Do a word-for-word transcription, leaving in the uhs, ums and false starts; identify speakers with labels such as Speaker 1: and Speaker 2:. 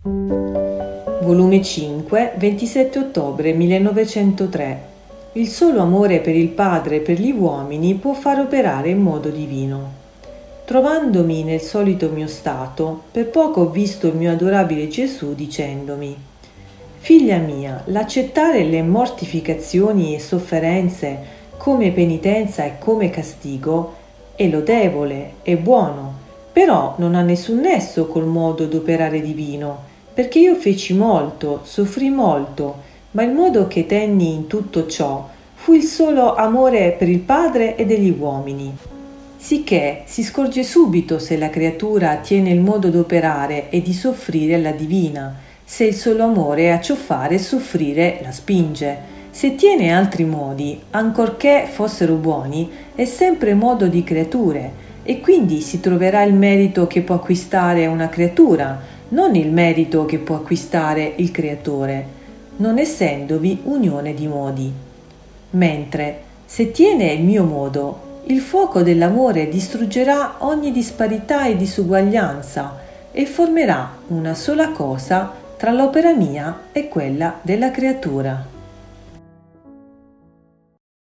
Speaker 1: Volume cinque, ventisette ottobre millenovecentotre. Il solo amore per il Padre e per gli uomini può far operare in modo divino. Trovandomi nel solito mio stato, per poco ho visto il mio adorabile Gesù dicendomi: Figlia mia, l'accettare le mortificazioni e sofferenze come penitenza e come castigo è lodevole, è buono, però non ha nessun nesso col modo d'operare divino, perché io feci molto, soffrì molto, ma il modo che tenni in tutto ciò fu il solo amore per il Padre e degli uomini. Sicché si scorge subito se la creatura tiene il modo d'operare e di soffrire alla divina, se il solo amore a ciò fare e soffrire la spinge. Se tiene altri modi, ancorché fossero buoni, è sempre modo di creature, e quindi si troverà il merito che può acquistare una creatura, non il merito che può acquistare il creatore, non essendovi unione di modi. Mentre, se tiene il mio modo, il fuoco dell'amore distruggerà ogni disparità e disuguaglianza e formerà una sola cosa tra l'opera mia e quella della creatura.